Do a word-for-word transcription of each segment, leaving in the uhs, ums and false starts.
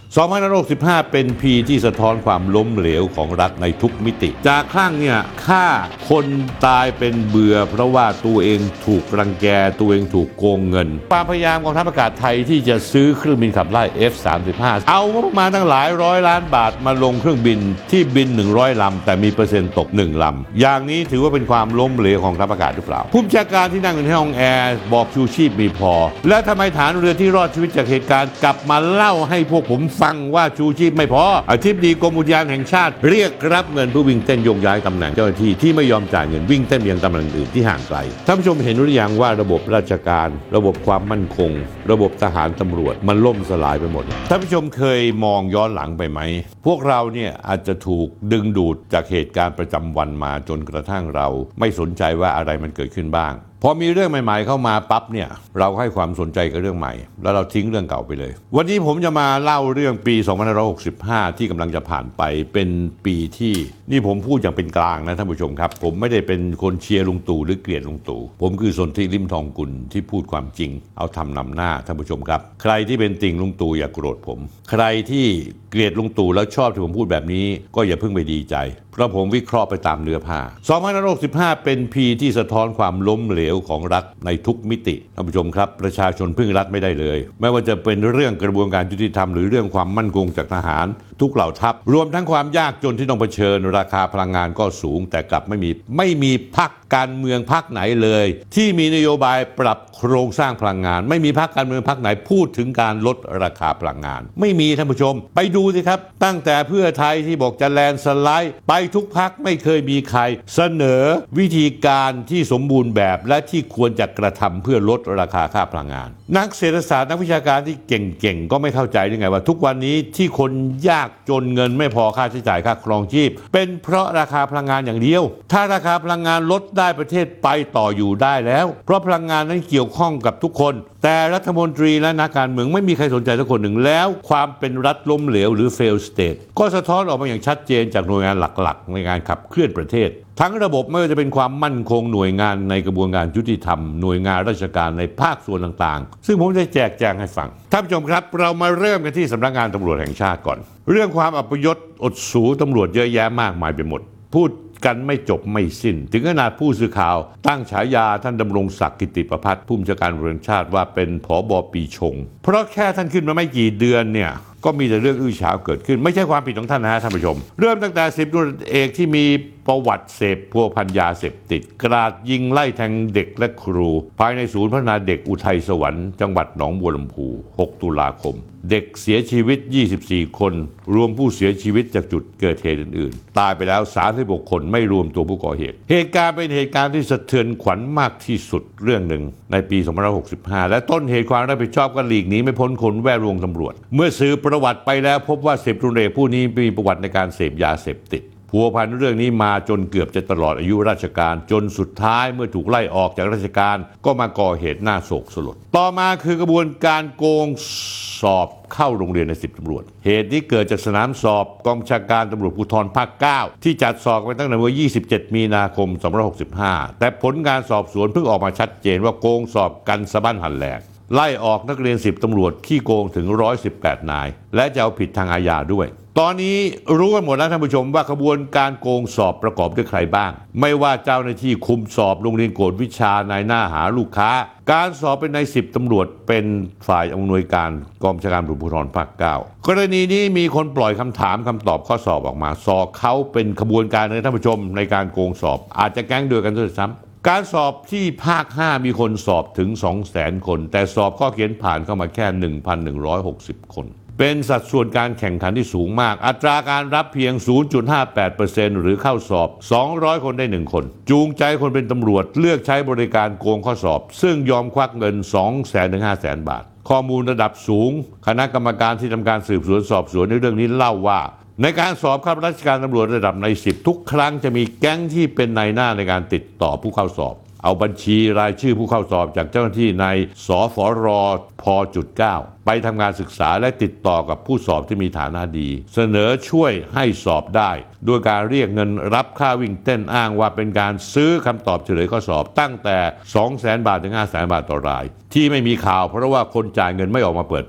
สองพันห้าร้อยหกสิบห้าเป็นปีที่สะท้อนความล้มเหลวของรัฐในทุกมิติจากคลั่งเนี่ยฆ่าคนตายเป็นเบื่อเพราะว่าตัวเองถูกรังแกตัวเองถูกโกงเงินความพยายามของทัพอากาศไทยที่จะซื้อเครื่องบินขับไล่ เอฟ สามสิบห้า เอางบประมาณตั้งหลายร้อยล้านบาทมาลงเครื่องบินที่บินหนึ่งร้อยลำแต่มีเปอร์เซ็นต์ตกหนึ่งลำอย่างนี้ถือว่าเป็นความล้มเหลวของทัพอากาศหรือเปล่าผู้บัญชาการที่นั่งอยู่ในห้องแอร์บอกชูชีพมีพอและทำไมฐานเรือที่รอดชีวิตจากเหตุการณ์กลับมาเล่าให้พวกผมฟังว่าชูชีพไม่พออธิบดีกรมอุทยานแห่งชาติเรียกรับเงินผู้วิ่งเต้นโยกย้ายตำแหน่งเจ้าหน้าที่ที่ไม่ยอมจ่ายเงินวิ่งเต้นยังตำแหน่งอื่นที่ห่างไกลท่านผู้ชมเห็นหรือยังว่าระบบราชการระบบความมั่นคงระบบทหารตำรวจมันล่มสลายไปหมดท่านผู้ชมเคยมองย้อนหลังไปไหมพวกเราเนี่ยอาจจะถูกดึงดูดจากเหตุการณ์ประจำวันมาจนกระทั่งเราไม่สนใจว่าอะไรมันเกิดขึ้นบ้างพอมีเรื่องใหม่ๆเข้ามาปั๊บเนี่ยเราให้ความสนใจกับเรื่องใหม่แล้วเราทิ้งเรื่องเก่าไปเลยวันนี้ผมจะมาเล่าเรื่องปีสองพันห้าร้อยหกสิบห้าที่กำลังจะผ่านไปเป็นปีที่นี่ผมพูดอย่างเป็นกลางนะท่านผู้ชมครับผมไม่ได้เป็นคนเชียร์ลุงตู่หรือเกลียดลุงตู่ผมคือสนธิ ลิ้มทองกุลที่พูดความจริงเอาทำนำหน้าท่านผู้ชมครับใครที่เป็นติ่งลุงตู่อย่าโกรธผมใครที่เกลียดลุงตู่แล้วชอบที่ผมพูดแบบนี้ก็อย่าเพิ่งไปดีใจเพราะผมวิเคราะห์ไปตามเนื้อผ้าสองพันห้าร้อยหกสิบห้าเป็นปีที่สะท้อนความล้มเหลวของรัฐในทุกมิติท่านผู้ชมครับประชาชนพึ่งรัฐไม่ได้เลยไม่ว่าจะเป็นเรื่องกระบวนการยุติธรรมหรือเรื่องความมั่นคงจากทหารทุกเหล่าทัพรวมทั้งความยากจนที่ต้องเผชิญราคาพลังงานก็สูงแต่กลับไม่มีไม่มีพรรคการเมืองพรรคไหนเลยที่มีนโยบายปรับโครงสร้างพลังงานไม่มีพรรคการเมืองพรรคไหนพูดถึงการลดราคาพลังงานไม่มีท่านผู้ชมไปดูสิครับตั้งแต่เพื่อไทยที่บอกจะแลนด์สไลด์ไปทุกพรรคไม่เคยมีใครเสนอวิธีการที่สมบูรณ์แบบและที่ควรจะกระทำเพื่อลดราคาค่าพลังงานนักเศรษฐศาสตร์นักวิชาการที่เก่งๆก็ไม่เข้าใจได้ไงว่าทุกวันนี้ที่คนยากจนเงินไม่พอค่าใช้จ่ายค่าครองชีพเป็นเพราะราคาพลังงานอย่างเดียวถ้าราคาพลังงานลดได้ประเทศไปต่ออยู่ได้แล้วเพราะพลังงานนั้นเกี่ยวข้องกับทุกคนแต่รัฐมนตรีและนักการเมืองไม่มีใครสนใจสักคนหนึ่งแล้วความเป็นรัฐล้มเหลวหรือ failed state ก็สะท้อนออกมาอย่างชัดเจนจากหน่วยงานหลักๆในการขับเคลื่อนประเทศทั้งระบบไม่ว่าจะเป็นความมั่นคงหน่วยงานในกระบวนการยุติธรรมหน่วยงานราชการในภาคส่วนต่างๆซึ่งผมจะแจกแจงให้ฟังท่านผู้ชมครับเรามาเริ่มกันที่สำนักงานตำรวจแห่งชาติก่อนเรื่องความอัปยศอดสูตำรวจเยอะแยะมากมายไปหมดพูดกันไม่จบไม่สิ้นถึงขนาดผู้สื่อข่าวตั้งฉายาท่านดำรงศักดิ์กิติประภัสผู้บัญชาการตำรวจแห่งชาติว่าเป็นผบ.ปีชงเพราะแค่ท่านขึ้นมาไม่กี่เดือนเนี่ยก็มีแต่เรื่องอื้อฉาวเกิดขึ้นไม่ใช่ความผิดของท่านนะฮะท่านผู้ชมเริ่มตั้งแต่สิบตำรวจเอกที่มีประวัติเสพพัวพันยาเสพติดกราดยิงไล่แทงเด็กและครูภายในศูนย์พัฒนาเด็กอุทัยสวรรค์จังหวัดหนองบัวลำพูหกตุลาคมเด็กเสียชีวิตยี่สิบสี่คนรวมผู้เสียชีวิตจากจุดเกิดเหตุอื่นๆตายไปแล้วสามสิบหกคนไม่รวมตัวผู้ก่อเหตุเหตุการณ์เป็นเหตุการณ์ที่สะเทือนขวัญมากที่สุดเรื่องหนึ่งในปีสองพันห้าร้อยหกสิบห้าและต้นเหตุความรับผิดชอบก็หลีกหนีไม่พ้นคนแวดวงตำรวจเมื่อสืบประวัติไปแล้วพบว่าสิบตำรวจเอกผู้นี้มีประวัติในการเสพยาเสพติดพัวพันเรื่องนี้มาจนเกือบจะตลอดอายุราชการจนสุดท้ายเมื่อถูกไล่ออกจากราชการก็มาก่อเหตุน่าโศกสลดต่อมาคือกระบวนการโกงสอบเข้าโรงเรียนในสิบตำรวจเหตุนี้เกิดจากสนามสอบกองบัญชาการตำรวจภูธรภาคเก้าที่จัดสอบไปตั้งแต่วันยี่สิบเจ็ดมีนาคมสองพันห้าร้อยหกสิบห้าแต่ผลการสอบสวนเพิ่งออกมาชัดเจนว่าโกงสอบกันสะบั้นหันแหลกไล่ออกนักเรียนสิบตำรวจขี้โกงถึงหนึ่งร้อยสิบแปดนายและจะเอาผิดทางอาญาด้วยตอนนี้รู้กันหมดแล้วท่านผู้ชมว่าขบวนการโกงสอบประกอบด้วยใครบ้างไม่ว่าเจ้าหน้าที่คุมสอบโรงเรียนกวดวิชานายหน้าหาลูกค้าการสอบเป็นนายสิบตำรวจเป็นฝ่ายอำนวยการกองบัญชาการตำรวจภูธรภาคเก้ากรณีนี้มีคนปล่อยคำถามคำตอบข้อสอบออกมาสอบเขาเป็นขบวนการนะท่านผู้ชมในการโกงสอบอาจจะแก๊งเดียวกันด้วยซ้ำการสอบที่ภาคห้ามีคนสอบถึง สองแสน คนแต่สอบข้อเขียนผ่านเข้ามาแค่ หนึ่งพันหนึ่งร้อยหกสิบ คนเป็นสัดส่วนการแข่งขันที่สูงมากอัตราการรับเพียง ศูนย์จุดห้าแปดเปอร์เซ็นต์ หรือเข้าสอบสองร้อยคนได้หนึ่งคนจูงใจคนเป็นตำรวจเลือกใช้บริการโกงข้อสอบซึ่งยอมควักเงิน สองแสนถึงห้าแสน บาทข้อมูลระดับสูงคณะกรรมการที่ทำการสืบสวนสอบสวนในเรื่องนี้เล่าว่าในการสอบข้าราชการตำรวจระดับในสิบทุกครั้งจะมีแก๊งที่เป็นนายหน้าในการติดต่อผู้เข้าสอบเอาบัญชีรายชื่อผู้เข้าสอบจากเจ้าหน้าที่ในสฟรพ เก้า ไปทำงานศึกษาและติดต่อกับผู้สอบที่มีฐานะดีเสนอช่วยให้สอบได้โดยการเรียกเงินรับค่าวิ่งเต้นอ้างว่าเป็นการซื้อคำตอบเฉลยข้อสอบตั้งแต่ สองแสน บาทถึง ห้าแสน บาทต่อรายที่ไม่มีข่าวเพราะว่าคนจ่ายเงินไม่ออกมาเปิดเผย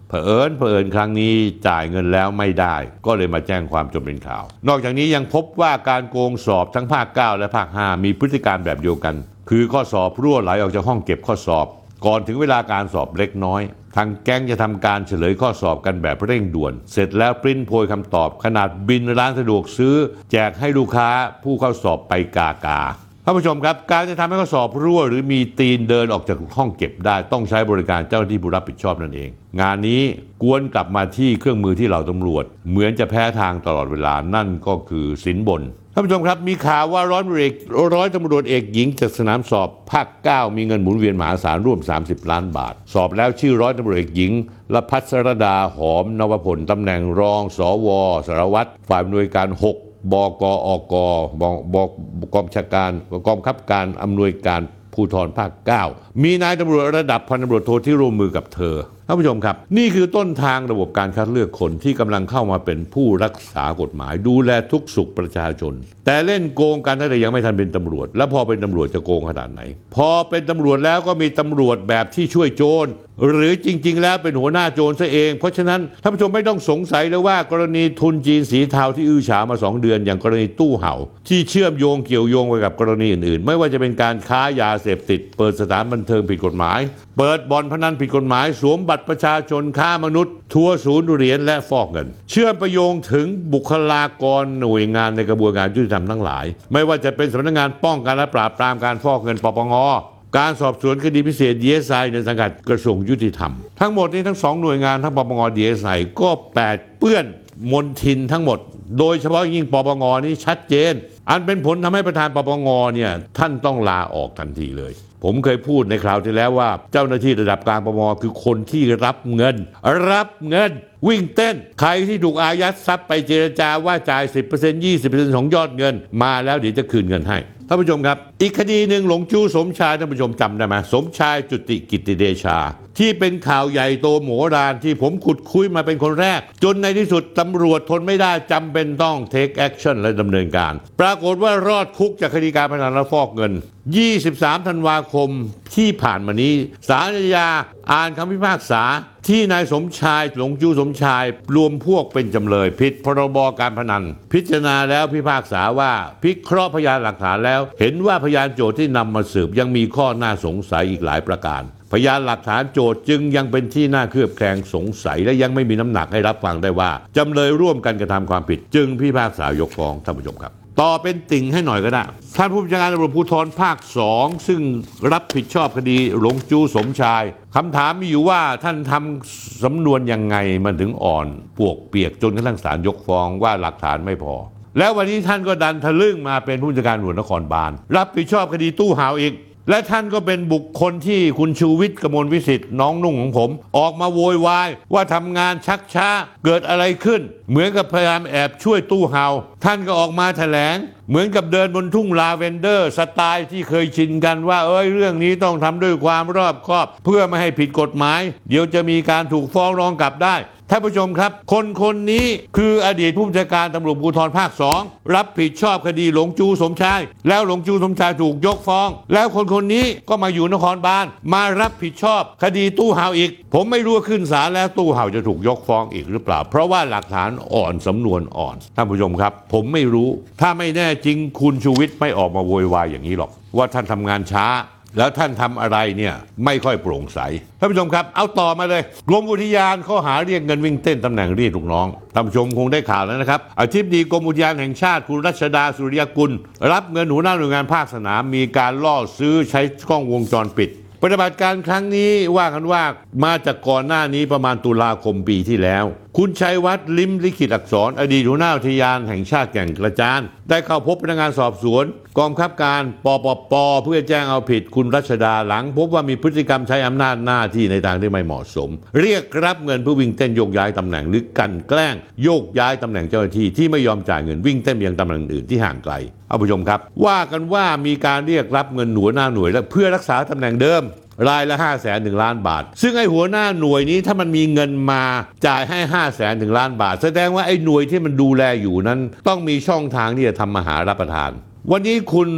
เผอิญเผอิญครั้งนี้จ่ายเงินแล้วไม่ได้ก็เลยมาแจ้งความจนเป็นข่าวนอกจากนี้ยังพบว่าการโกงสอบทั้งภาคเก้าและภาคห้ามีพฤติการแบบเดียวกันคือข้อสอบรั่วไหลออกจากห้องเก็บข้อสอบก่อนถึงเวลาการสอบเล็กน้อยทางแก๊งจะทำการเฉลยข้อสอบกันแบบเร่งด่วนเสร็จแล้วปริ้นโพยคำตอบขนาดบินร้านสะดวกซื้อแจกให้ลูกค้าผู้เข้าสอบไปกากาท่านผู้ชมครับการจะทำให้ข้อสอบรั่วหรือมีตีนเดินออกจากห้องเก็บได้ต้องใช้บริการเจ้าหน้าที่ผู้รับผิดชอบนั่นเองงานนี้กวนกลับมาที่เครื่องมือที่เราตำรวจเหมือนจะแพ้ทางตลอดเวลานั่นก็คือสินบนท่านผู้ชมครับมีข่าวว่าร้อยตำรวจเอกร้อยตำรวจเอกหญิงจากสนามสอบภาคเก้ามีเงินหมุนเวียนมหาศาลร่วมสามสิบล้านบาทสอบแล้วชื่อร้อยตำรวจเอกหญิงละพัสรดาหอมนวพลตำแหน่งรองสวสารวัตรฝ่ายอำนวยการหกบกอกบกกองบัญชาการกองบังคับการอำนวยการภูธรภาคเก้ามีนายตำรวจระดับพันตำรวจโทที่ร่วมมือกับเธอท่านผู้ชมครับนี่คือต้นทางระบบการคัดเลือกคนที่กำลังเข้ามาเป็นผู้รักษากฎหมายดูแลทุกสุขประชาชนแต่เล่นโกงกันตั้งแต่ยังไม่ทันเป็นตำรวจแล้วพอเป็นตำรวจจะโกงขนาดไหนพอเป็นตำรวจแล้วก็มีตำรวจแบบที่ช่วยโจรหรือจริงๆแล้วเป็นหัวหน้าโจรซะเองเพราะฉะนั้นท่านผู้ชมไม่ต้องสงสัยเลยว่ากรณีทุนจีนสีเทาที่อื้อฉาวมาสองเดือนอย่างกรณีตู้เห่าที่เชื่อมโยงเกี่ยวโยงไปกับกรณีอื่นๆไม่ว่าจะเป็นการค้ายาเสพติดเปิดสถานบันเทิงผิดกฎหมายเปิดบ่อนพนันผิดกฎหมายสวมบัตรประชาชนค้ามนุษย์ทัวร์ศูนย์เหรียญและฟอกเงินเชื่อมประโยงถึงบุคลากรหน่วยงานในกระบวนการยุติธรรมทั้งหลายไม่ว่าจะเป็นสำนักงานป้องกันและปราบปรามการฟอกเงินปปงการสอบสวนคดีพิเศษ ดี เอส ไอ ในสังกัดกระทรวงยุติธรรมทั้งหมดนี้ทั้งสองหน่วยงานทั้งปปง ดี เอส ไอ ก็แปดเปื้อนมลทินทั้งหมดโดยเฉพาะยิ่งปปงนี่ชัดเจนอันเป็นผลทำให้ประธานปปงเนี่ยท่านต้องลาออกทันทีเลยผมเคยพูดในคราวที่แล้วว่าเจ้าหน้าที่ระดับกลางปปงคือคนที่รับเงินรับเงินวิ่งเต้นใครที่ถูกอายัดทรัพย์ไปเจรจาว่าจ่าย สิบเปอร์เซ็นต์ ยี่สิบเปอร์เซ็นต์ ของยอดเงินมาแล้วเดี๋ยวจะคืนเงินให้ท่านผู้ชมครับอีกคดีหนึ่งหลงจู้สมชายท่านผู้ชมจำได้ไหมสมชายจุติกิตติเดชาที่เป็นข่าวใหญ่โตโหมรานที่ผมขุดคุยมาเป็นคนแรกจนในที่สุดตำรวจทนไม่ได้จำเป็นต้อง take action และดำเนินการปรากฏว่ารอดคุกจากคดีการพนันและฟอกเงินยี่สิบสามธันวาคมที่ผ่านมานี้ศาลอาญาอ่านคำพิพากษาที่นายสมชายหลงจู้สมชายรวมพวกเป็นจำเลยผิดพรบการพนันพิจารณาแล้วพิพากษาว่าพิเคราะห์พยานหลักฐานแล้วเห็นว่าพยานโจทย์ที่นำมาสืบยังมีข้อน่าสงสัยอีกหลายประการพยานหลักฐานโจทย์จึงยังเป็นที่น่าเคลือบแคลงสงสัยและยังไม่มีน้ำหนักให้รับฟังได้ว่าจำเลยร่วมกันกระทำความผิดจึงพิพากษายกฟ้องท่านผู้ชมครับต่อเป็นติ่งให้หน่อยก็ได้ท่านผู้บัญชาการตำรวจภูธรภาคสองซึ่งรับผิดชอบคดีหลงจู้สมชายคำถามมีอยู่ว่าท่านทำสำนวนยังไงมันถึงอ่อนปวกเปียกจนกระทั่งศาลยกฟ้องว่าหลักฐานไม่พอแล้ววันนี้ท่านก็ดันทะลึ่งมาเป็นผู้จัดการตำรวจนครบาลรับผิดชอบคดีตู้ห่าวอีกและท่านก็เป็นบุคคลที่คุณชูวิทย์กมลวิสิทธิ์น้องนุ่งของผมออกมาโวยวายว่าทำงานชักช้าเกิดอะไรขึ้นเหมือนกับพยายามแอบช่วยตู้เห่าท่านก็ออกมาแถลงเหมือนกับเดินบนทุ่งลาเวนเดอร์สไตล์ที่เคยชินกันว่าเอ้ยเรื่องนี้ต้องทำด้วยความรอบคอบเพื่อไม่ให้ผิดกฎหมายเดี๋ยวจะมีการถูกฟ้องร้องกลับได้ท่านผู้ชมครับคนคนนี้คืออดีตผู้บัญชาการตำรวจภูธรภาคสองรับผิดชอบคดีหลงจู้สมชายแล้วหลงจู้สมชายถูกยกฟ้องแล้วคนคนนี้ก็มาอยู่นครบาลมารับผิดชอบคดีตู้ห่าวอีกผมไม่รู้ว่าขึ้นศาลแล้วตู้ห่าวจะถูกยกฟ้องอีกหรือเปล่าเพราะว่าหลักฐานอ่อนสำนวนอ่อนท่านผู้ชมครับผมไม่รู้ถ้าไม่แน่จริงคุณชูวิทย์ไม่ออกมาโวยวายอย่างนี้หรอกว่าท่านทำงานช้าแล้วท่านทำอะไรเนี่ยไม่ค่อยโปร่งใสท่านผู้ชมครับเอาต่อมาเลยกรมอุทยานข้อหาเรียกเงินวิ่งเต้นตำแหน่งเรียกลูกน้องท่านผู้ชมคงได้ข่าวแล้วนะครับอธิบดีกรมอุทยานแห่งชาติคุณรัชดาสุริยกุลรับเงินหัวหน้าหน่วยงานภาคสนามมีการล่อซื้อใช้กล้องวงจรปิดปฏิบัติการครั้งนี้ว่ากันว่ามาจากก่อนหน้านี้ประมาณตุลาคมปีที่แล้วคุณชัยวัฒน์ลิ้มลิขิตอักษรอดีตหัวหน้าอุทยานแห่งชาติแก่งกระจานได้เข้าพบพนักงานสอบสวนกองบังคับการปปปเพื่อแจ้งเอาผิดคุณรัชดาหลังพบว่ามีพฤติกรรมใช้อำนาจหน้าที่ในทางที่ไม่เหมาะสมเรียกรับเงินเพื่อวิ่งเต้นโยกย้ายตำแหน่งหรือกันแกล้งโยกย้ายตำแหน่งเจ้าหน้าที่ที่ไม่ยอมจ่ายเงินวิ่งเต้นไปยังตำแหน่งอื่นที่ห่างไกลท่านผู้ชมครับว่ากันว่ามีการเรียกรับเงินหัวหน้าหน่วยและเพื่อรักษาตำแหน่งเดิมรายละห้าแสนถึงล้านบาทซึ่งไอ้หัวหน้าหน่วยนี้ถ้ามันมีเงินมาจ่ายให้ห้าแสนถึงล้านบาทแสดงว่าไอ้หน่วยที่มันดูแลอยู่นั้นต้องมีช่องทางที่จะทำมาหารับประทานวันนี้คุณ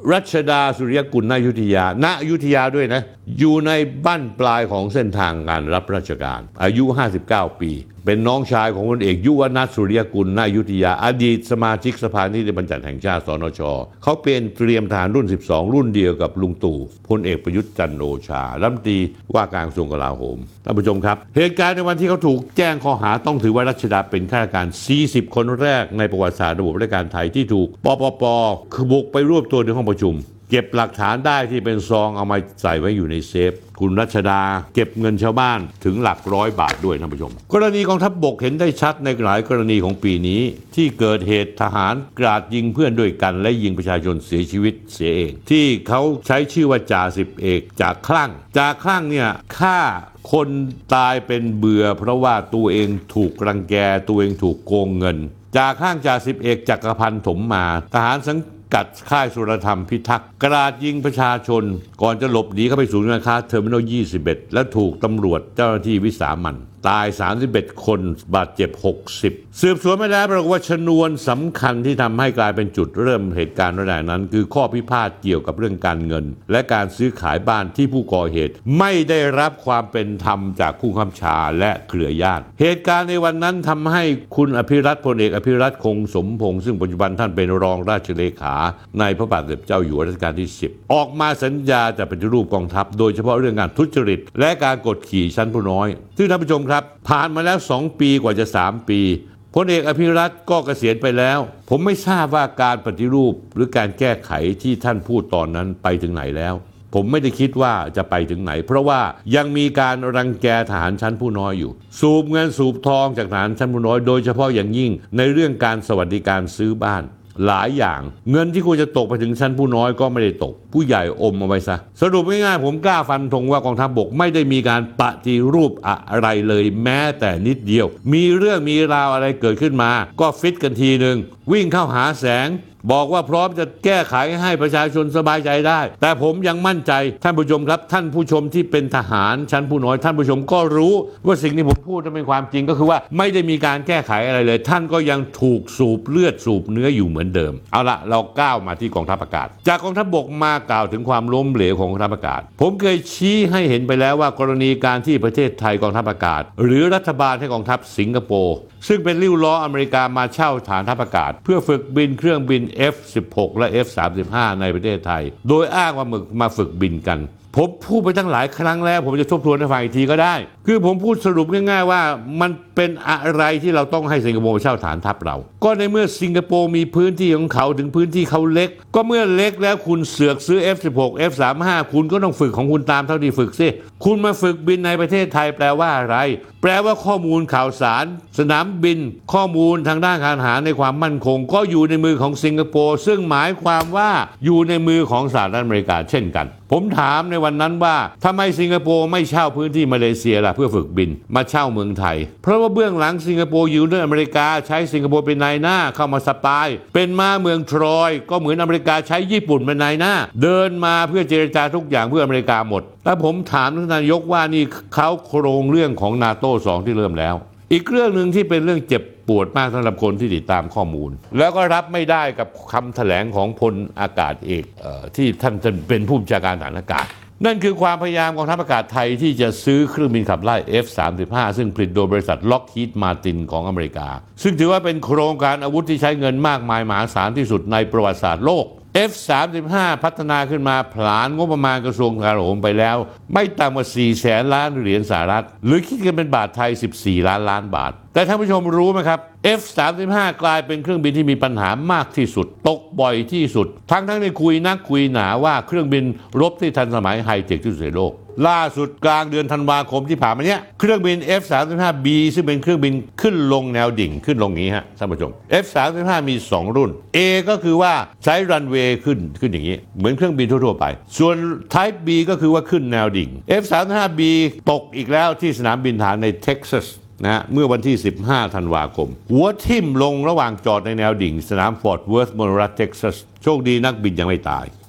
รัชดาสุริยกุลณอยุธยาณอยุธยาด้วยนะอยู่ในบั้นปลายของเส้นทางการรับราชการอายุห้าสิบเก้าปีเป็นน้องชายของพลเอกยุวนัทสุริยกุลณอยุธยาอดีตสมาชิกสภานิติบัญญัติแห่งชาติสนช.เขาเป็นเตรียมทหารรุ่นสิบสองรุ่นเดียวกับลุงตู่พลเอกประยุทธ์จันทร์โอชารัฐมนตรีว่าการกระทรวงกลาโหมท่านผู้ชมครับเหตุการณ์ในวันที่เขาถูกแจ้งข้อหาต้องถือว่ารัชดาเป็นข้าราชการสี่สิบคนแรกในประวัติศาสตร์ระบบราชการไทยที่ถูกปปป.คือบุกไปรวบตัวในห้องประชุมเก็บหลักฐานได้ที่เป็นซองเอามาใส่ไว้อยู่ในเซฟคุณรัชดาเก็บเงินชาวบ้านถึงหลักร้อยบาทด้วยท่านผู้ชมกรณีกองทัพบกเห็นได้ชัดในหลายกรณีของปีนี้ที่เกิดเหตุทหารกราดยิงเพื่อนด้วยกันและยิงประชาชนเสียชีวิตเสียเองที่เขาใช้ชื่อว่าจ่าสิบเอกจากคลั่งจากคลั่งเนี่ยฆ่าคนตายเป็นเบื่อเพราะว่าตัวเองถูกรังแกตัวเองถูกโกงเงินจากข้างจ่าสิบเอกจักรพันธ์ถมมาทหารสังกัดค่ายสุรธรรมพิทักษ์กราดยิงประชาชนก่อนจะหลบหนีเข้าไปศูนย์การค้าเทอร์มินอลยี่สิบเอ็ดและถูกตำรวจเจ้าหน้าที่วิสามันตายสามสิบเอ็ดคนบาดเจ็บหกสิบสืบสวนไม่ได้ปรากฏว่าชนวนสำคัญที่ทำให้กลายเป็นจุดเริ่มเหตุการณ์ระดับนั้นคือข้อพิพาทเกี่ยวกับเรื่องการเงินและการซื้อขายบ้านที่ผู้ก่อเหตุไม่ได้รับความเป็นธรรมจากผู้บังคับบัญชาและเครือญาติเหตุการณ์ในวันนั้นทำให้คุณอภิรัตน์พลเอกอภิรัตน์คงสมพงษ์ซึ่งปัจจุบันท่านเป็นรองราชเลขาในพระบาทสมเด็จเจ้าอยู่หัวรัชกาลที่สิบออกมาสัญญาจะปฏิรูปกองทัพโดยเฉพาะเรื่องการทุจริตและการกดขี่ชั้นผู้น้อยซึ่งท่านผู้ชมครับผ่านมาแล้วสองปีกว่าจะสามปีพลเอกอภิรัตน์ก็เกษียณไปแล้วผมไม่ทราบว่าการปฏิรูปหรือการแก้ไขที่ท่านพูดตอนนั้นไปถึงไหนแล้วผมไม่ได้คิดว่าจะไปถึงไหนเพราะว่ายังมีการรังแกทหารชั้นผู้น้อยอยู่สูบเงินสูบทองจากทหารชั้นผู้น้อยโดยเฉพาะอย่างยิ่งในเรื่องการสวัสดิการซื้อบ้านหลายอย่างเงินที่ควรจะตกไปถึงชั้นผู้น้อยก็ไม่ได้ตกผู้ใหญ่อมเอาไว้ซะสรุปง่ายๆผมกล้าฟันธงว่ากองทัพบกไม่ได้มีการปฏิรูปอะไรเลยแม้แต่นิดเดียวมีเรื่องมีราวอะไรเกิดขึ้นมาก็ฟิตกันทีนึงวิ่งเข้าหาแสงบอกว่าพร้อมจะแก้ไขให้ประชาชนสบายใจได้แต่ผมยังมั่นใจท่านผู้ชมครับท่านผู้ชมที่เป็นทหารชั้นผู้น้อยท่านผู้ชมก็รู้ว่าสิ่งที่ผมพูดนั้นเป็นความจริงก็คือว่าไม่ได้มีการแก้ไขอะไรเลยท่านก็ยังถูกสูบเลือดสูบเนื้ออยู่เหมือนเดิมเอาละเราก้าวมาที่กองทัพอากาศจากกองทัพบกมากล่าวถึงความล้มเหลวของกองทัพอากาศผมเคยชี้ให้เห็นไปแล้วว่ากรณีการที่ประเทศไทยกองทัพอากาศหรือรัฐบาลให้กองทัพสิงคโปร์ซึ่งเป็นริ้วล้ออเมริกามาเช่าฐานทัพอากาศเพื่อฝึกบินเครื่องบิน เอฟ สิบหก และ เอฟ สามสิบห้า ในประเทศไทยโดยอ้างว่ามึกมาฝึกบินกันผมพูดไปตั้งหลายครั้งแล้วผมจะทบทวนให้ฟังอีกทีก็ได้คือผมพูดสรุปง่ายๆว่ามันเป็นอะไรที่เราต้องให้สิงคโปร์เช่าฐานทัพเราก็ในเมื่อสิงคโปร์มีพื้นที่ของเขาถึงพื้นที่เขาเล็กก็เมื่อเล็กแล้วคุณเสือกซื้อ เอฟ สิบหก เอฟ สามสิบห้า คุณก็ต้องฝึกของคุณตามเท่าที่ฝึกสิคุณมาฝึกบินในประเทศไทยแปลว่าอะไรแปลว่าข้อมูลข่าวสารสนามบินข้อมูลทางด้านการทหารในความมั่นคงก็อยู่ในมือของสิงคโปร์ซึ่งหมายความว่าอยู่ในมือของสหรัฐอเมริกาเช่นกันผมถามในวันนั้นว่าทำไมสิงคโปร์ไม่เช่าพื้นที่มาเลเซียล่ะเพื่อฝึกบินมาเช่าเมืองไทยเพราะว่าเบื้องหลังสิงคโปร์อยู่ในอเมริกาใช้สิงคโปร์เป็นนายหน้าเข้ามาสปายเป็นม้าเมืองทรอยก็เหมือนอเมริกาใช้ญี่ปุ่นเป็นนายหน้าเดินมาเพื่อเจรจาทุกอย่างเพื่ออเมริกาหมดแล้วผมถามท่านนายกว่านี่เขาโครงเรื่องของนาโต้สองที่เริ่มแล้วอีกเรื่องหนึ่งที่เป็นเรื่องเจ็บปวดมากสำหรับคนที่ติดตามข้อมูลแล้วก็รับไม่ได้กับคำแถลงของพลอากาศเอกเอ่อที่ท่านเป็นผู้บัญชาการฐานอากาศนั่นคือความพยายามของทัพอากาศไทยที่จะซื้อเครื่องบินขับไล่ เอฟ สามสิบห้า ซึ่งผลิตโดยบริษัท Lockheed Martin ของอเมริกาซึ่งถือว่าเป็นโครงการอาวุธที่ใช้เงินมากมายมหาศาลที่สุดในประวัติศาสตร์โลก เอฟ สามสิบห้า พัฒนาขึ้นมาผลาญงบประมาณกระทรวงกลาโหมไปแล้วไม่ต่ำกว่าสี่แสนล้านเหรียญสหรัฐหรือคิดกันเป็นบาทไทยสิบสี่ล้านล้านบาทแต่ท่านผู้ชมรู้ไหมครับ เอฟ สามสิบห้า กลายเป็นเครื่องบินที่มีปัญหามากที่สุดตกบ่อยที่สุดทั้งทั้งในคุยนักคุยหนาว่าเครื่องบินรบที่ทันสมัยไฮเทคที่สุดในโลกล่าสุดกลางเดือนธันวาคมที่ผ่านมาเนี้ยเครื่องบิน เอฟ สามสิบห้า บี ซึ่งเป็นเครื่องบินขึ้นลงแนวดิ่งขึ้นลงนี้ฮะท่านผู้ชม เอฟ สามสิบห้า มีสองรุ่น A ก็คือว่าใช้รันเวย์ขึ้นขึ้นอย่างนี้เหมือนเครื่องบินทั่วๆไปส่วน Type B ก็คือว่าขึ้นแนวดิ่ง เอฟ สามสิบห้า บี ตกอีกแล้วที่สนามบินฐานในเท็กซัสนะเมื่อวันที่สิบห้าธันวาคมหัวทิ่มลงระหว่างจอดในแนวดิ่งสนามฟอร์ตเวิร์ธมอนรัฐเท็กซัสโชคดีนักบินยังไม่ตาย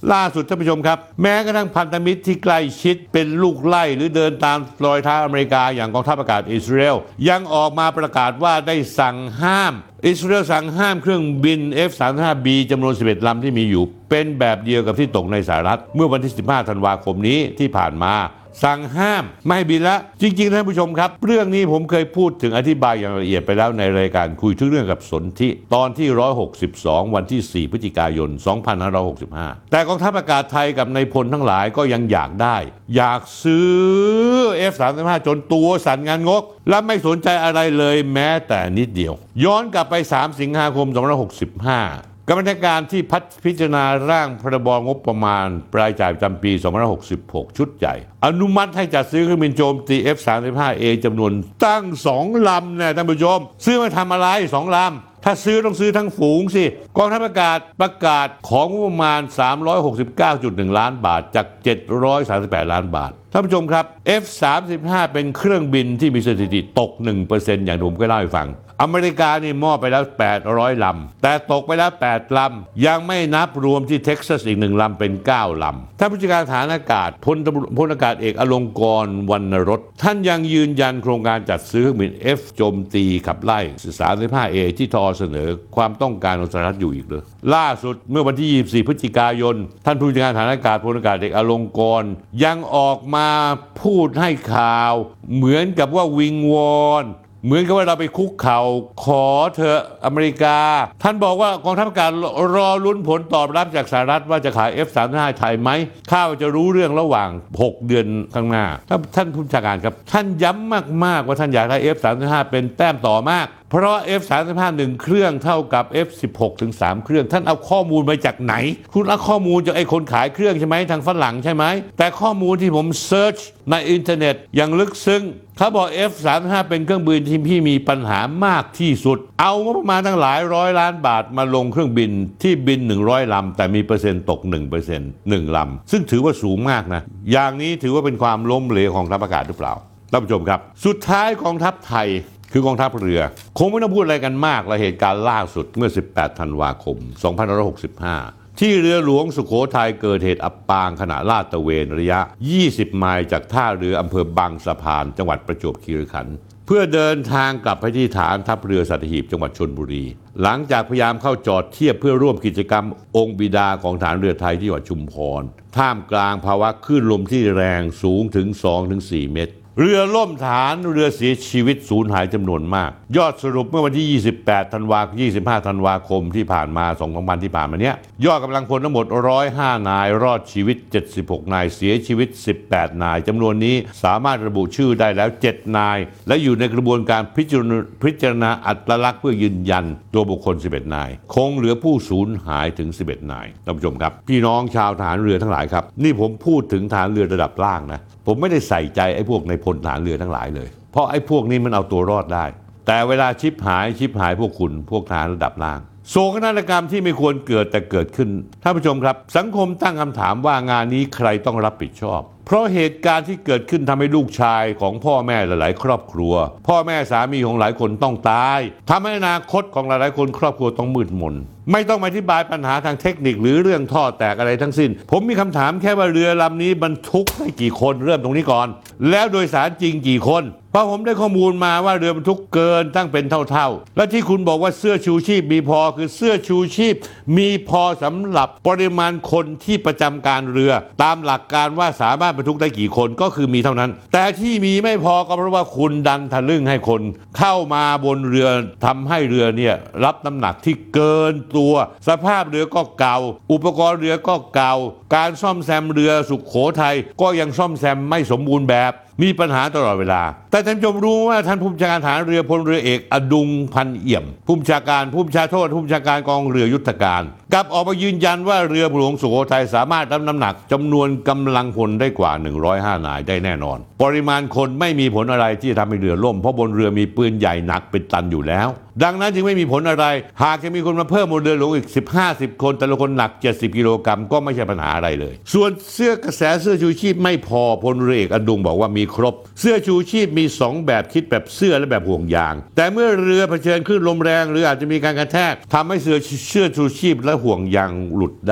ล่าสุดท่านผู้ชมครับแม้กระทั่งพันธมิตรที่ใกล้ชิดเป็นลูกไล่หรือเดินตามรอยเท้าอเมริกาอย่างกองทัพอากาศอิสราเอลยังออกมาประกาศว่าได้สั่งห้ามอิสราเอลสั่งห้ามเครื่องบิน เอฟ สามสิบห้า บี จำนวนสิบเอ็ดลำที่มีอยู่เป็นแบบเดียวกับที่ตกในสหรัฐเมื่อวันที่สิบห้าธันวาคมนี้ที่ผ่านมาสั่งห้ามไม่ให้บินละจริงๆท่านผู้ชมครับเรื่องนี้ผมเคยพูดถึงอธิบายอย่างละเอียดไปแล้วในรายการคุยทุกเรื่องกับสนธิตอนที่หนึ่งร้อยหกสิบสองวันที่สี่พฤศจิกายนสองพันห้าร้อยหกสิบห้าแต่กองทัพอากาศไทยกับนายพลทั้งหลายก็ยังอยากได้อยากซื้อ เอฟ สามสิบห้า จนตัวสั่นงานงกและไม่สนใจอะไรเลยแม้แต่นิดเดียวย้อนกลับไปสามสิงหาคมสองพันห้าร้อยหกสิบห้ากรรมการที่พัฒพิจารณาร่างพรบงบประมาณรายจ่ายประจำปีสองพันห้าร้อยหกสิบหกชุดใหญ่อนุมัติให้จัดซื้อเครื่องบินโจมตี เอฟ สามสิบห้า เอ จำนวนตั้งสองลำนะท่านผู้ชมซื้อมาทำอะไรสองลำถ้าซื้อต้องซื้อทั้งฝูงสิกองทัพอากาศประกาศของงบประมาณ สามร้อยหกสิบเก้าจุดหนึ่ง ล้านบาทจากเจ็ดร้อยสามสิบแปดล้านบาทท่านผู้ชมครับ เอฟ สามสิบห้า เป็นเครื่องบินที่มีสถิติตก หนึ่งเปอร์เซ็นต์ อย่างผมก็เล่าให้ฟังอเมริกานี่มอบไปแล้วแปดร้อยลำแต่ตกไปแล้วแปดลำยังไม่นับรวมที่เท็กซัสอีกหนึ่งลำเป็นเก้าลำท่านผู้จัดการฐานอากาศพลพลอากาศเอกอลงกรณ์วรรณรสท่านยังยืนยันโครงการจัดซื้อเครื่องบิน F โจมตีขับไล่ สามสิบห้า เอ ที่ทอเสนอความต้องการของสหรัฐอยู่อีกเลยล่าสุดเมื่อวันที่ยี่สิบสี่พฤศจิกายนท่านผู้จัดการฐานอากาศพลอากาศเอกอลงกรณ์ยังออกมาพูดให้ข่าวเหมือนกับว่าวิงวอนเหมือนกับว่าเราไปคุกเข่าขอเธออเมริกาท่านบอกว่ากองทัพอากาศรอลุ้นผลตอบรับจากสหรัฐว่าจะขาย เอฟ สามสิบห้า ไทยไหมข้าวจะรู้เรื่องระหว่างหกเดือนข้างหน้าท่านผู้บัญชาการครับท่านย้ำมากๆว่าท่านอยากได้ เอฟ สามสิบห้า เป็นแต้มต่อมากเพราะ เอฟ สามสิบห้า หนึ่งเครื่องเท่ากับ เอฟ สิบหก ถึง สาม เครื่องท่านเอาข้อมูลมาจากไหนคุณเอาข้อมูลจากไอ้คนขายเครื่องใช่ไหมทางฝรั่งใช่ไหมแต่ข้อมูลที่ผมเซิร์ชในอินเทอร์เน็ตอย่างลึกซึ้งเขาบอก เอฟ สามสิบห้า เป็นเครื่องบินที่มีปัญหามากที่สุดเอางบประมาณตั้งหลายร้อยล้านบาทมาลงเครื่องบินที่บินหนึ่งร้อยลำแต่มีเปอร์เซ็นต์ตก หนึ่งเปอร์เซ็นต์ หนึ่งลำซึ่งถือว่าสูงมากนะอย่างนี้ถือว่าเป็นความล้มเหลวของทัพอากาศหรือเปล่าท่านผู้ชมครับสุดท้ายกองทัพไทยคือกองทัพเรือคงไม่ต้องพูดอะไรกันมากและเหตุการณ์ล่าสุดเมื่อสิบแปดธันวาคมสองพันห้าร้อยหกสิบห้าที่เรือหลวงสุโขทัยเกิดเหตุอับปางขณะลาดตระเวนระยะยี่สิบไมล์จากท่าเรืออำเภอบางสะพานจังหวัดประจวบคีรีขันธ์เพื่อเดินทางกลับไปที่ฐานทัพเรือสัตหีบจังหวัดชลบุรีหลังจากพยายามเข้าจอดเทียบเพื่อร่วมกิจกรรมองค์บิดาของฐานเรือไทยที่จังหวัดชุมพรท่ามกลางภาวะคลื่นลมที่แรงสูงถึง สองถึงสี่ เมตรเรือล่มฐานเรือเสียชีวิตสูญหายจำนวนมากยอดสรุปเมื่อวันที่ยี่สิบแปดธันวาคมยี่สิบห้าธันวาคมที่ผ่านมาสองสามวันที่ผ่านมาเนี้ยยอดกำลังพลทั้งหมดหนึ่งร้อยห้านายรอดชีวิตเจ็ดสิบหกนายเสียชีวิตสิบแปดนายจำนวนนี้สามารถระบุชื่อได้แล้วเจ็ดนายและอยู่ในกระบวนการพิจารณาพิจารณาอัตลักษณ์เพื่อยืนยันตัวบุคคลสิบเอ็ดนายคงเหลือผู้สูญหายถึงสิบเอ็ดนายท่านผู้ชมครับพี่น้องชาวทหารเรือทั้งหลายครับนี่ผมพูดถึงทหารเรือระดับล่างนะผมไม่ได้ใส่ใจไอ้พวกในพลทหารเรือทั้งหลายเลยเพราะไอ้พวกนี้มันเอาตัวรอดได้แต่เวลาชิบหายชิบหายพวกคุณพวกทหารระดับล่างโศกนาฏกรรมที่ไม่ควรเกิดแต่เกิดขึ้นท่านผู้ชมครับสังคมตั้งคำถามว่างานนี้ใครต้องรับผิดชอบเพราะเหตุการณ์ที่เกิดขึ้นทำให้ลูกชายของพ่อแม่หลายๆครอบครัวพ่อแม่สามีของหลายคนต้องตายทำให้อนาคตของหลายๆคนครอบครัวต้องมืดมนไม่ต้องมาอธิบายปัญหาทางเทคนิคหรือเรื่องท่อแตกอะไรทั้งสิ้นผมมีคำถามแค่ว่าเรือลำนี้บรรทุกได้กี่คนเริ่มตรงนี้ก่อนแล้วโดยสารจริงกี่คนเพราะผมได้ข้อมูลมาว่าเรือบรรทุกเกินตั้งเป็นเท่าๆและที่คุณบอกว่าเสื้อชูชีพมีพอคือเสื้อชูชีพมีพอสำหรับปริมาณคนที่ประจำการเรือตามหลักการว่าสามารถบรรทุกได้กี่คนก็คือมีเท่านั้นแต่ที่มีไม่พอก็เพราะว่าคุณดันทะลึ่งให้คนเข้ามาบนเรือทำให้เรือเนี่ยรับน้ำหนักที่เกินตัวสภาพเรือก็เก่าอุปกรณ์เรือก็เก่าการซ่อมแซมเรือสุโขทัยก็ยังซ่อมแซมไม่สมบูรณ์แบบมีปัญหาตลอดเวลาแต่ท่านผู้ชมรู้ว่าท่านผู้บัญชาการทหารเรือพลเรือเอกอดุงพันเอี่ยมผู้บัญชาการผู้บัญชาโทษผู้บัญชาการกองเรือยุทธการกลับออกมายืนยันว่าเรือหลวงสุโขทัยสามารถรับน้ำหนักจำนวนกำลังพลได้กว่าหนึ่งร้อยห้านายได้แน่นอนปริมาณคนไม่มีผลอะไรที่จะทำให้เรือล่มเพราะบนเรือมีปืนใหญ่หนักเป็นตันอยู่แล้วดังนั้นจึงไม่มีผลอะไรหากจะมีคนมาเพิ่มบนเรือหลวงอีกสิบห้าสิบคนแต่ละคนหนักเจ็ดสิบกิโลกรัมก็ไม่ใช่ปัญหาอะไรเลยส่วนเสื้อกระแสเสื้อชูชีพไม่พอพลเรือเอกอดุงบอกว่ามีครบเสื้อชูชีพมีสองแบบคิดแบบเสื้อและแบบห่วงยางแต่เมื่อเรือเผชิญคลื่นลมแรงหรืออาจจะมีการกระแทกทำให้เสื้อเสื้อชูชีพและห่วงยางหลุดได้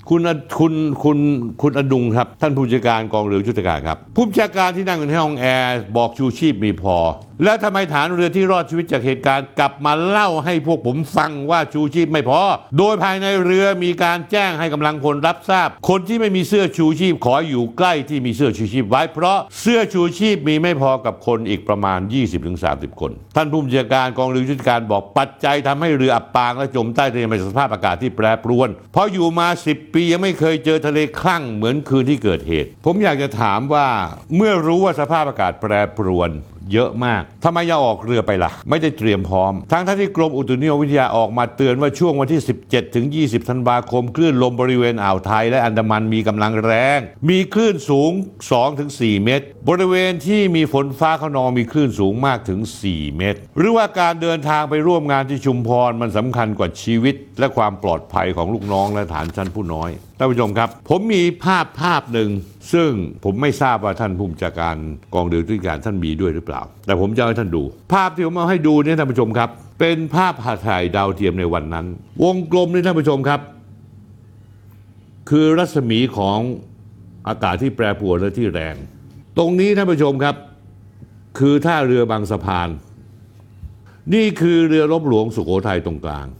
คุณคุณคุณคุณอดุงครับท่านผู้จัดการกองเรือยุทธการครับผู้บัญชาการที่นั่งอยู่ในห้องแอร์บอกชูชีพมีพอแล้วทำไมฐานเรือที่รอดชีวิตจากเหตุการณ์กลับมาเล่าให้พวกผมฟังว่าชูชีพไม่พอโดยภายในเรือมีการแจ้งให้กำลังพลรับทราบคนที่ไม่มีเสื้อชูชีพขออยู่ใกล้ที่มีเสื้อชูชีพไว้เพราะเสื้อชูชีพมีไม่พอกับคนอีกประมาณ ยี่สิบถึงสามสิบ คนท่านผู้บัญชาการกองเรือยุทธการบอกปัจจัยทำให้เรืออับปางและจมใต้ทะเลในสภาพอากาศที่แปรปรวนเพราะอยู่มาสิบปียังไม่เคยเจอทะเลคลั่งเหมือนคืนที่เกิดเหตุผมอยากจะถามว่าเมื่อรู้ว่าสภาพอากาศแปรปรวนเยอะมากทำไมยังออกเรือไปล่ะไม่ได้เตรียมพร้อมทั้งท่านที่กรมอุตุนิยมวิทยาออกมาเตือนว่าช่วงวันที่สิบเจ็ดถึงยี่สิบธันวาคมคลื่นลมบริเวณอ่าวไทยและอันดามันมีกำลังแรงมีคลื่นสูง สองถึงสี่ เมตรบริเวณที่มีฝนฟ้าคะนองมีคลื่นสูงมากถึงสี่เมตรหรือว่าการเดินทางไปร่วมงานที่ชุมพรมันสำคัญกว่าชีวิตและความปลอดภัยของลูกน้องและฐานชั้นผู้น้อยท่านผู้ชมครับผมมีภาพภาพหนึ่งซึ่งผมไม่ทราบว่าท่านผู้บัญชาการกองเรือยุทธการท่านมีด้วยหรือเปล่าแต่ผมจะให้ท่านดูภาพที่ผมเอาให้ดูเนี่ยท่านผู้ชมครับเป็นภาพถ่ายดาวเทียมในวันนั้นวงกลมนี่ท่านผู้ชมครับคือรัศมีของอากาศที่แปรปรวนและที่แรงตรงนี้ท่านผู้ชมครับคือท่าเรือบางสะพานนี่คือเรือรบหลวงสุโขทัยตรงกลาง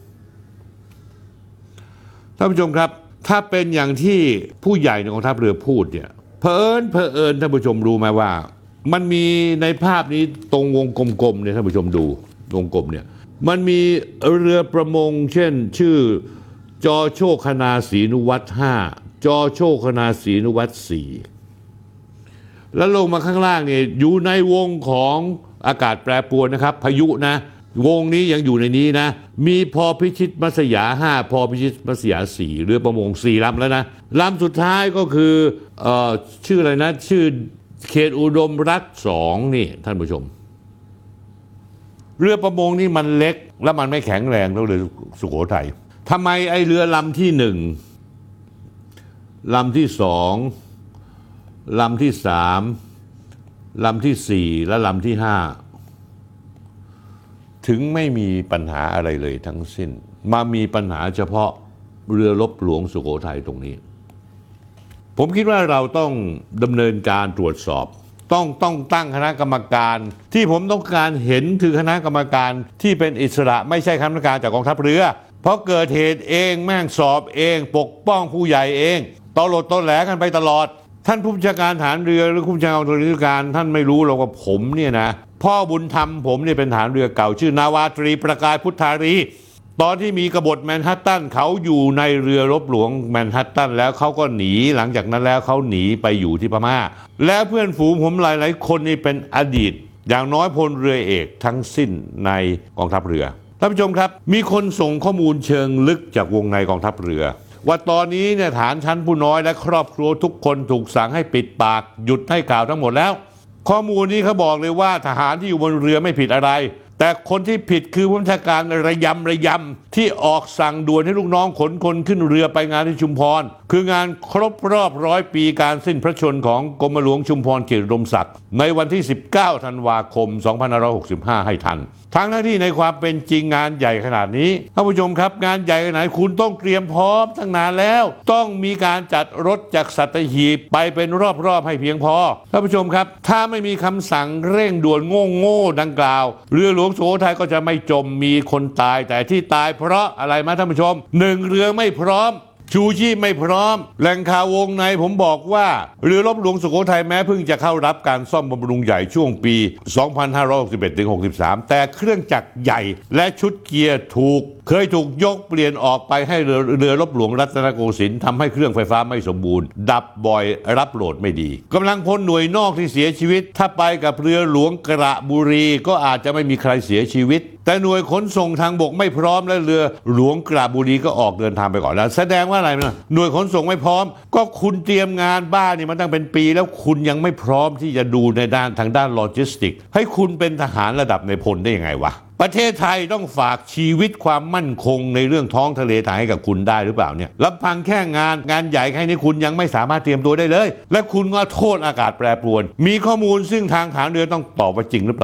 ท่านผู้ชมครับถ้าเป็นอย่างที่ผู้ใหญ่ในกองทัพเรือพูดเนี่ยเผอิญเผอิญท่านผู้ชมรู้ไหมว่ามันมีในภาพนี้ตรงวงกลมๆเนี่ยท่านผู้ชมดูวงกลมเนี่ยมันมีเรือประมงเช่นชื่อจอโชคนาศรีนุวัตรห้าจอโชคนาศรีนุวัตรสี่แล้วลงมาข้างล่างเนี่ยอยู่ในวงของอากาศแปรปรวนนะครับพายุนะวงนี้ยังอยู่ในนี้นะมีพอพิชิตมัสยาห้าพอพิชิตมัสยาสี่เรือประมงสี่ลำแล้วนะลำสุดท้ายก็คือเอ่อชื่ออะไรนะชื่อเขตอุดมรัฐสองนี่ท่านผู้ชมเรือประมงนี่มันเล็กและมันไม่แข็งแรงเท่าเรือสุโขทัยทำไมไอเรือลำที่หนึ่งลำที่สองลำที่สามลำที่สี่และลำที่ห้าถึงไม่มีปัญหาอะไรเลยทั้งสิ้นมามีปัญหาเฉพาะเรือรบหลวงสุโขทัยตรงนี้ผมคิดว่าเราต้องดำเนินการตรวจสอบต้องต้องตั้งคณะกรรมการที่ผมต้องการเห็นคือคณะกรรมการที่เป็นอิสระไม่ใช่คณะกรรมการจากกองทัพเรือเพราะเกิดเหตุเองแม่งสอบเองปกป้องผู้ใหญ่เองตลอดตอแหลกันไปตลอดท่านผู้บัญชาการฐานเรือหรือผู้บัญชาการกองเรือการท่านไม่รู้หรอกว่าผมเนี่ยนะพ่อบุญธรรมผมเนี่ยเป็นฐานเรือเก่าชื่อนาวาตรีประกายพุทธารีตอนที่มีกบฏแมนฮัตตันเขาอยู่ในเรือรบหลวงแมนฮัตตันแล้วเขาก็หนีหลังจากนั้นแล้วเขาหนีไปอยู่ที่พม่าและเพื่อนฝูงผมหลายๆคนนี่เป็นอดีตอย่างน้อยพลเรือเอกทั้งสิ้นในกองทัพเรือท่านผู้ชมครับมีคนส่งข้อมูลเชิงลึกจากวงในกองทัพเรือว่าตอนนี้เนี่ยฐานชั้นผู้น้อยและครอบครัวทุกคนถูกสั่งให้ปิดปากหยุดให้ข่าวทั้งหมดแล้วข้อมูลนี้เขาบอกเลยว่าทหารที่อยู่บนเรือไม่ผิดอะไรแต่คนที่ผิดคือผู้บัญชาการระยำระยำที่ออกสั่งด่วนให้ลูกน้องขนคนขึ้นเรือไปงานที่ชุมพรคืองานครบรอบร้อยปีการสิ้นพระชนม์ของกรมหลวงชุมพรเขตอุดมศักดิ์ในวันที่สิบเก้าธันวาคมสองพันห้าร้อยหกสิบห้าให้ทันทั้งที่ในความเป็นจริงงานใหญ่ขนาดนี้ท่านผู้ชมครับงานใหญ่ขนาดไหนคุณต้องเตรียมพร้อมตั้งนานแล้วต้องมีการจัดรถจากสัตหีบไปเป็นรอบๆให้เพียงพอท่านผู้ชมครับถ้าไม่มีคำสั่งเร่งด่วนโง่ๆดังกล่าวเรือหลวงสุโขทัยก็จะไม่จมมีคนตายแต่ที่ตายเพราะอะไรมาท่านผู้ชมหนึ่งเรือไม่พร้อมชูชีพไม่พร้อมแหล่งข่าววงในผมบอกว่าเรือรบหลวงสุโขทัยแม้เพิ่งจะเข้ารับการซ่อมบำรุงใหญ่ช่วงปีสองพันห้าร้อยหกสิบเอ็ดถึงหกสิบสามแต่เครื่องจักรใหญ่และชุดเกียร์ถูกเคยถูกยกเปลี่ยนออกไปให้เรือเรือรบหลวงรัตนโกสินทร์ทำให้เครื่องไฟฟ้าไม่สมบูรณ์ดับบ่อยรับโหลดไม่ดีกำลังพลหน่วยนอกที่เสียชีวิตถ้าไปกับเรือหลวงกระบุรีก็อาจจะไม่มีใครเสียชีวิตแต่หน่วยขนส่งทางบกไม่พร้อมและเรือหลวงกระบุรีก็ออกเดินทางไปก่อนแล้วแสดงว่าอะไรนะหน่วยขนส่งไม่พร้อมก็คุณเตรียมงานบ้านนี่มันตั้งเป็นปีแล้วคุณยังไม่พร้อมที่จะดูในด้านทางด้านโลจิสติกให้คุณเป็นทหารระดับในพลได้ยังไงวะประเทศไทยต้องฝากชีวิตความมั่นคงในเรื่องท้องทะเลไทยให้กับคุณได้หรือเปล่าเนี่ยลำพังแค่งานงานใหญ่แค่นี้คุณยังไม่สามารถเตรียมตัวได้เลยและคุณก็โทษอากาศแปรปรวนมีข้อมูลซึ่งทางฐานเรือต้องตอบว่าจริงหรือเปล่า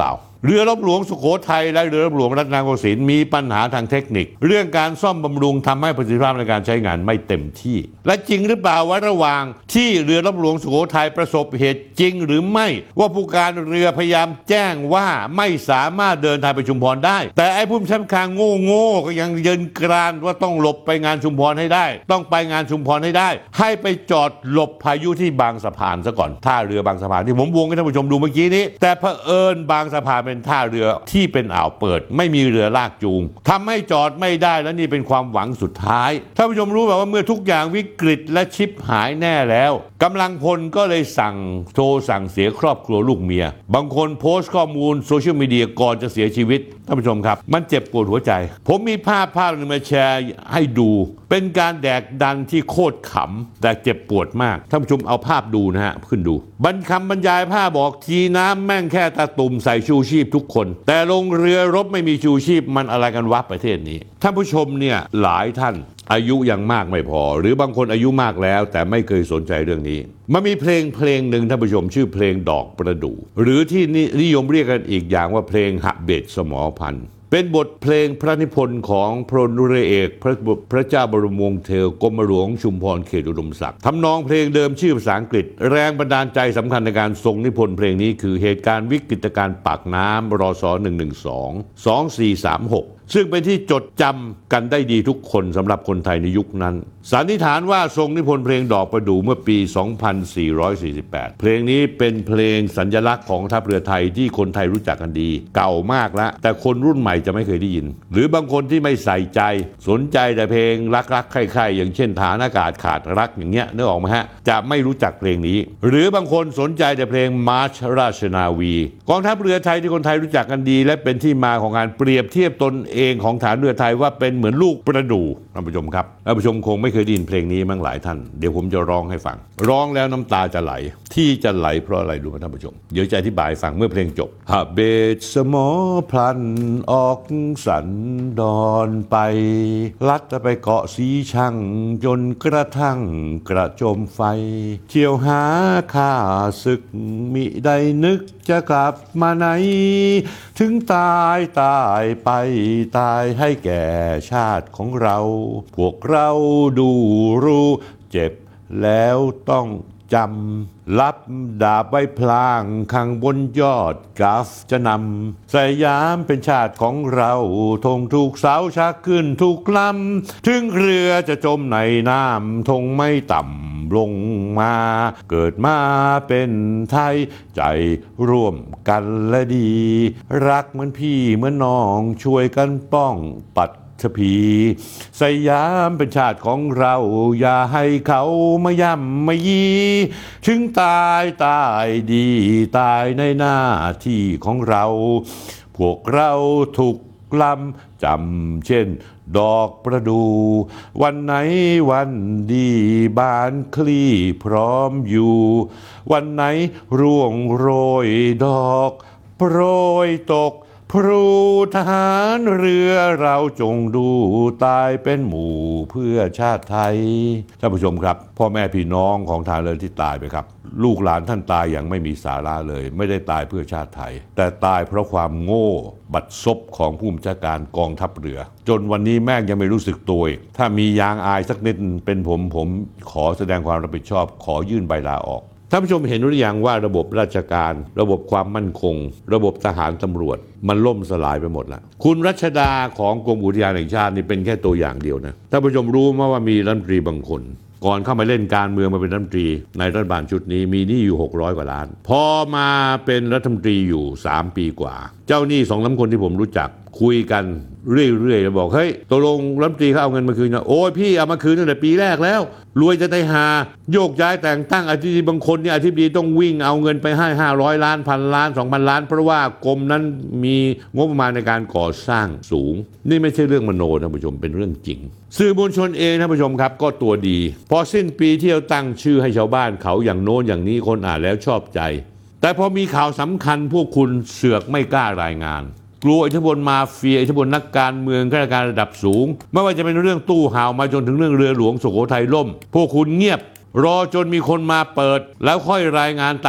เรือรบหลวงสุโขทัยและเรือรบหลวงรัตนโกสินทร์มีปัญหาทางเทคนิคเรื่องการซ่อมบำรุงทำให้ประสิทธิภาพในการใช้งานไม่เต็มที่และจริงหรือเปล่าว่าระหว่างที่เรือรบหลวงสุโขทัยประสบเหตุจริงหรือไม่ว่าผู้การเรือพยายามแจ้งว่าไม่สามารถเดินทางไปชุมพรได้แต่ไอ้ผู้บัญชาการโง่โง่ก็ยังยืนกรานว่าต้องหลบไปงานชุมพรให้ได้ต้องไปงานชุมพรให้ได้ให้ไปจอดหลบพายุที่บางสะพานซะก่อนท่าเรือบางสะพานที่ผมวงให้ท่านผู้ชมดูเมื่อกี้นี้แต่เผอิญบางสะพานเป็นท่าเรือที่เป็นอ่าวเปิดไม่มีเรือลากจูงทำให้จอดไม่ได้และนี่เป็นความหวังสุดท้ายท่านผู้ชมรู้แบบว่าเมื่อทุกอย่างวิกฤตและชิบหายแน่แล้วกำลังพลก็เลยสั่งโทรสั่งเสียครอบครัวลูกเมียบางคนโพสต์ข้อมูลโซเชียลมีเดียก่อนจะเสียชีวิตท่านผู้ชมครับมันเจ็บปวดหัวใจผมมีภาพภาพนึงมาแชร์ให้ดูเป็นการแดกดันที่โคตรขำแต่เจ็บปวดมากท่านผู้ชมเอาภาพดูนะฮะขึ้นดูบรรคำบรรยายภาพบอกทีน้ำแม่งแค่ตาตุ่มใส่ชูชีพทุกคนแต่ลงเรือรบไม่มีชูชีพมันอะไรกันวะประเทศนี้ท่านผู้ชมเนี่ยหลายท่านอายุยังมากไม่พอหรือบางคนอายุมากแล้วแต่ไม่เคยสนใจเรื่องนี้มันมีเพลงเพลงหนึ่งท่านผู้ชมชื่อเพลงดอกประดู่หรือที่นิยมเรียกกันอีกอย่างว่าเพลงหะเบศสมอพันธ์เป็นบทเพลงพระนิพนธ์ของพลเรือเอกพระพระเจ้าบรมวงศ์เธอกรมหลวงชุมพรเขตอุดมศักดิ์ทำนองเพลงเดิมชื่อภาษาอังกฤษแรงบันดาลใจสำคัญในการทรงนิพนธ์เพลงนี้คือเหตุการณ์วิกฤตการณ์ปากน้ำรศหนึ่งหนึ่งสอง สองสี่สามหกซึ่งเป็นที่จดจำกันได้ดีทุกคนสำหรับคนไทยในยุคนั้นสันนิษฐานว่าทรงนิพนธ์เพลงดอกประดู่เมื่อปี สองพันสี่ร้อยสี่สิบแปด เพลงนี้เป็นเพลงสัญลักษณ์ของทัพเรือไทยที่คนไทยรู้จักกันดีเก่ามากแล้วแต่คนรุ่นใหม่จะไม่เคยได้ยินหรือบางคนที่ไม่ใส่ใจสนใจแต่เพลงรักๆใคร่ๆอย่างเช่นฐานอากาศขาดรักอย่างเงี้ยนึกออกไหมฮะจะไม่รู้จักเพลงนี้หรือบางคนสนใจแต่เพลงมาร์ชราชนาวีกองทัพเรือไทยที่คนไทยรู้จักกันดีและเป็นที่มาของการเปรียบเทียบตนเองของฐานเรือไทยว่าเป็นเหมือนลูกประดู่ท่านผู้ชมครับท่านผู้ชมคงไม่เคยได้ยินเพลงนี้มั้งหลายท่านเดี๋ยวผมจะร้องให้ฟังร้องแล้วน้ำตาจะไหลที่จะไหลเพราะอะไรรู้ไหมท่านผู้ชมเดี๋ยวจะอธิบายฟังเมื่อเพลงจบหะเบศสมอพลันออกสันดอนไปลัดไปเกาะสีชังจนกระทั่งกระโจมไฟเที่ยวหาข้าศึกมิได้นึกจะกลับมาไหนถึงตายตายไปตายให้แก่ชาติของเราพวกเราดูรู้เจ็บแล้วต้องจำรับดาบไว้พลางข้างบนยอดกราฟจะนำสยามเป็นชาติของเราธงถูกเสาชักขึ้นถูกลำถึงเรือจะจมในน้ำธงไม่ต่ำลงมาเกิดมาเป็นไทยใจร่วมกันและดีรักเหมือนพี่เหมือนน้องช่วยกันป้องปัดทพีสยามเป็นชาติของเราอย่าให้เขามาย่ำมายีถึงตายตายดีตายในหน้าที่ของเราพวกเราถูกล้ำจำเช่นดอกประดู่วันไหนวันดีบานคลี่พร้อมอยู่วันไหนร่วงโรยดอกโปรยตกพรูทหารเรือเราจงดูตายเป็นหมู่เพื่อชาติไทยท่านผู้ชมครับพ่อแม่พี่น้องของทหารเรือที่ตายไปครับลูกหลานท่านตายอย่างไม่มีสาระเลยไม่ได้ตายเพื่อชาติไทยแต่ตายเพราะความโง่บัดซบของผู้บัญชาการกองทัพเรือจนวันนี้แม่งยังไม่รู้สึกตัวอีกถ้ามียางอายสักนิดเป็นผมผมขอแสดงความรับผิดชอบขอยื่นใบลาออกท่านผู้ชมเห็นหรือยังว่าระบบราชการระบบความมั่นคงระบบทหารตำรวจมันล่มสลายไปหมดแล้วคุณรัชดาของกรมอุทยานแห่งชาตินี่เป็นแค่ตัวอย่างเดียวนะท่านผู้ชมรู้ไหมว่ามีรัฐมนตรีบางคนก่อนเข้ามาเล่นการเมืองมาเป็นรัฐมนตรีในรัฐบาลชุดนี้มีหนี้อยู่หกร้อยกว่าล้านพอมาเป็นรัฐมนตรีอยู่สามปีกว่าเจ้าหนี้สองสามคนที่ผมรู้จักคุยกันเรื่อยๆบอกเฮ้ยตกลงรัฐมนตรีเขาเอาเงินมาคืนนะโอ้ยพี่เอามาคืนตั้งแต่ปีแรกแล้วรวยจะได้หาโยกย้ายแต่งตั้งอธิบดีบางคนเนี่ยอธิบดีต้องวิ่งเอาเงินไปให้ห้าร้อยล้านพันล้านสองพันล้านเพราะว่ากรมนั้นมีงบประมาณในการก่อสร้างสูงนี่ไม่ใช่เรื่องมโนท่านผู้ชมเป็นเรื่องจริงสื่อมวลชนเองท่านผู้ชมครับก็ตัวดีพอสิ้นปีเที่ยวตั้งชื่อให้ชาวบ้านเขาอย่างโน้นอย่างนี้คนอ่านแล้วชอบใจแต่พอมีข่าวสำคัญพวกคุณเสือกไม่กล้ารายงานกลัวอิทธิพลมาเฟียอิทธิพลนักการเมืองข้าราชการระดับสูงไม่ว่าจะเป็นเรื่องตู้ห่าวมาจนถึงเรื่องเรือหลวงสุโขทัยล่มพวกคุณเงียบรอจนมีคนมาเปิดแล้วค่อยรายงานตาม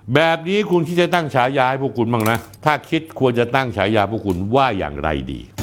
แบบนี้คุณคิดจะตั้งฉายาให้พวกคุณบ้างนะถ้าคิดควรจะตั้งฉายาพวกคุณว่าอย่างไรดี